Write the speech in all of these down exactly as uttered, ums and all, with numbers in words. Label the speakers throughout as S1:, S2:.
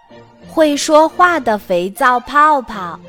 S1: 会说话的肥皂泡泡。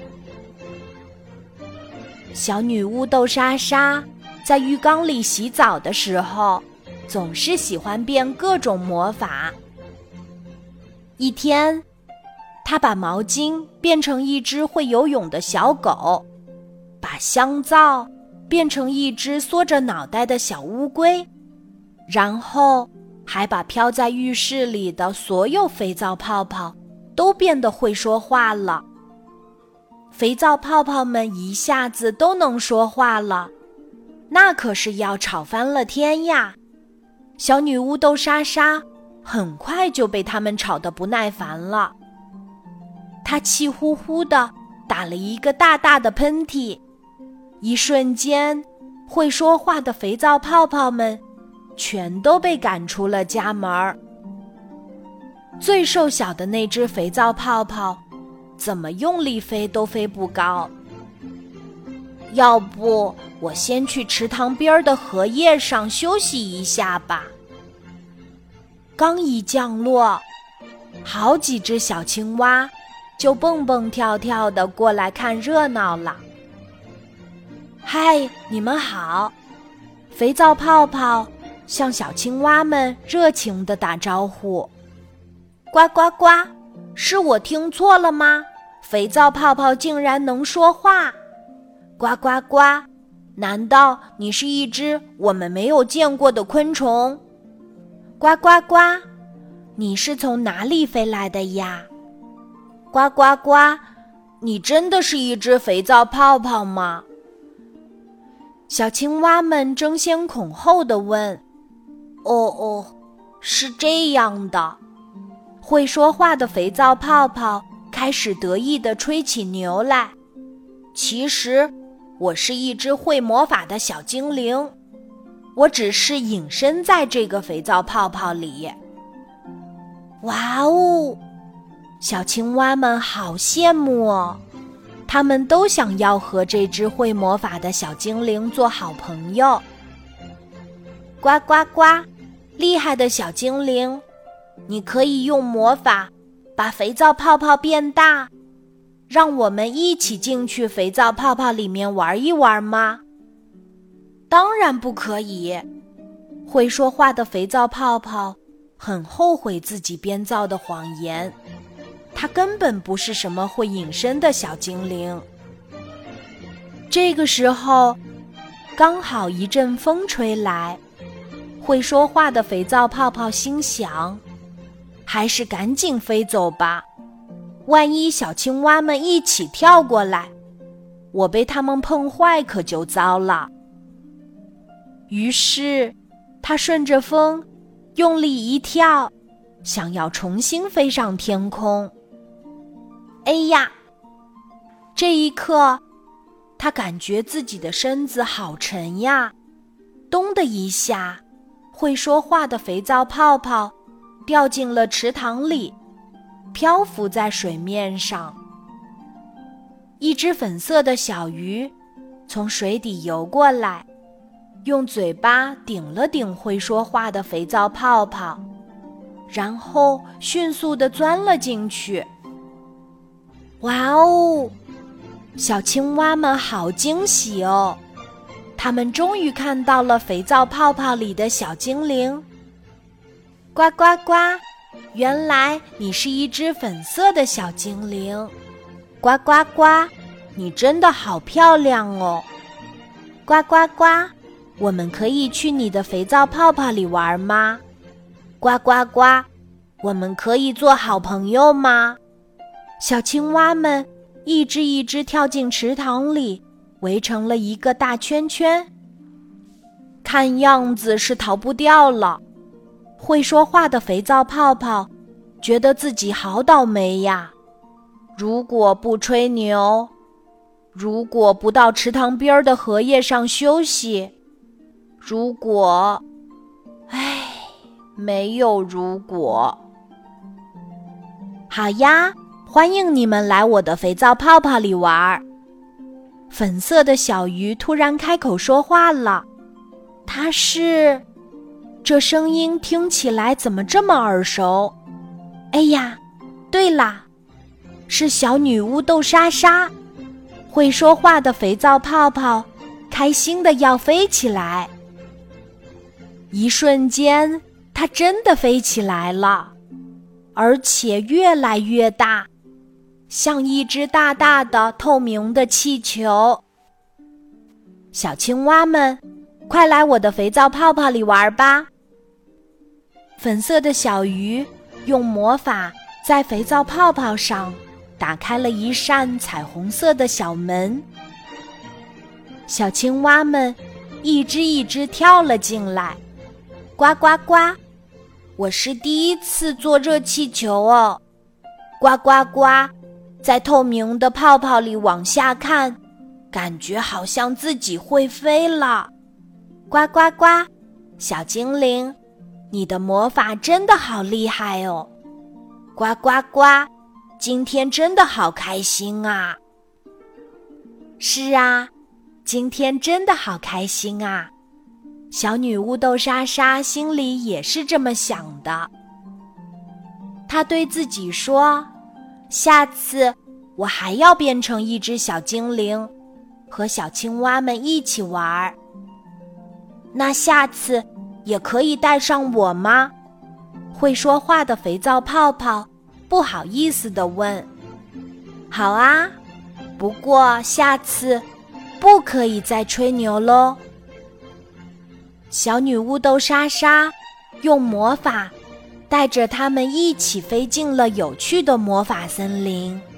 S1: 小女巫豆莎莎在浴缸里洗澡的时候，总是喜欢变各种魔法。一天，她把毛巾变成一只会游泳的小狗，把香皂变成一只缩着脑袋的小乌龟，然后还把飘在浴室里的所有肥皂泡泡都变得会说话了。肥皂泡泡们一下子都能说话了，那可是要吵翻了天呀！小女巫豆莎莎很快就被他们吵得不耐烦了，她气呼呼地打了一个大大的喷嚏，一瞬间，会说话的肥皂泡泡们全都被赶出了家门。最瘦小的那只肥皂泡泡怎么用力飞都飞不高。要不我先去池塘边的荷叶上休息一下吧。刚一降落，好几只小青蛙就蹦蹦跳跳地过来看热闹了。嗨，你们好！肥皂泡泡向小青蛙们热情地打招呼。呱呱呱，是我听错了吗？肥皂泡泡竟然能说话！呱呱呱，难道你是一只我们没有见过的昆虫？呱呱呱，你是从哪里飞来的呀？呱呱呱，你真的是一只肥皂泡泡吗？小青蛙们争先恐后地问。哦哦，是这样的。会说话的肥皂泡泡开始得意地吹起牛来。其实，我是一只会魔法的小精灵，我只是隐身在这个肥皂泡泡里。哇哦！小青蛙们好羡慕哦，他们都想要和这只会魔法的小精灵做好朋友。呱呱呱，厉害的小精灵，你可以用魔法把肥皂泡泡变大，让我们一起进去肥皂泡泡里面玩一玩吗？当然不可以。会说话的肥皂泡泡很后悔自己编造的谎言，他根本不是什么会隐身的小精灵。这个时候，刚好一阵风吹来，会说话的肥皂泡泡心想，还是赶紧飞走吧，万一小青蛙们一起跳过来，我被它们碰坏可就糟了。于是它顺着风用力一跳，想要重新飞上天空。哎呀！这一刻，它感觉自己的身子好沉呀，咚的一下，会说话的肥皂泡泡掉进了池塘里，漂浮在水面上。一只粉色的小鱼从水底游过来，用嘴巴顶了顶会说话的肥皂泡泡，然后迅速地钻了进去。哇哦！小青蛙们好惊喜哦，它们终于看到了肥皂泡泡里的小精灵。呱呱呱，原来你是一只粉色的小精灵。呱呱呱，你真的好漂亮哦。呱呱呱，我们可以去你的肥皂泡泡里玩吗？呱呱呱，我们可以做好朋友吗？小青蛙们一只一只跳进池塘里，围成了一个大圈圈。看样子是逃不掉了。会说话的肥皂泡泡觉得自己好倒霉呀！如果不吹牛，如果不到池塘边的荷叶上休息，如果……唉，没有如果。好呀，欢迎你们来我的肥皂泡泡里玩。粉色的小鱼突然开口说话了，它是……这声音听起来怎么这么耳熟？哎呀， 对啦，是小女巫豆莎莎。会说话的肥皂泡泡开心的要飞起来。一瞬间，它真的飞起来了，而且越来越大，像一只大大的透明的气球。小青蛙们，快来我的肥皂泡泡里玩吧！粉色的小鱼用魔法在肥皂泡泡上打开了一扇彩虹色的小门，小青蛙们一只一只跳了进来。呱呱呱，我是第一次坐热气球哦。呱呱呱，在透明的泡泡里往下看，感觉好像自己会飞了。呱呱呱，小精灵，你的魔法真的好厉害哦。呱呱呱，今天真的好开心啊！是啊，今天真的好开心啊！小女巫豆莎莎心里也是这么想的。她对自己说，下次我还要变成一只小精灵，和小青蛙们一起玩。那下次也可以带上我吗？会说话的肥皂泡泡不好意思地问。好啊，不过下次不可以再吹牛咯。小女巫豆莎莎用魔法带着他们一起飞进了有趣的魔法森林。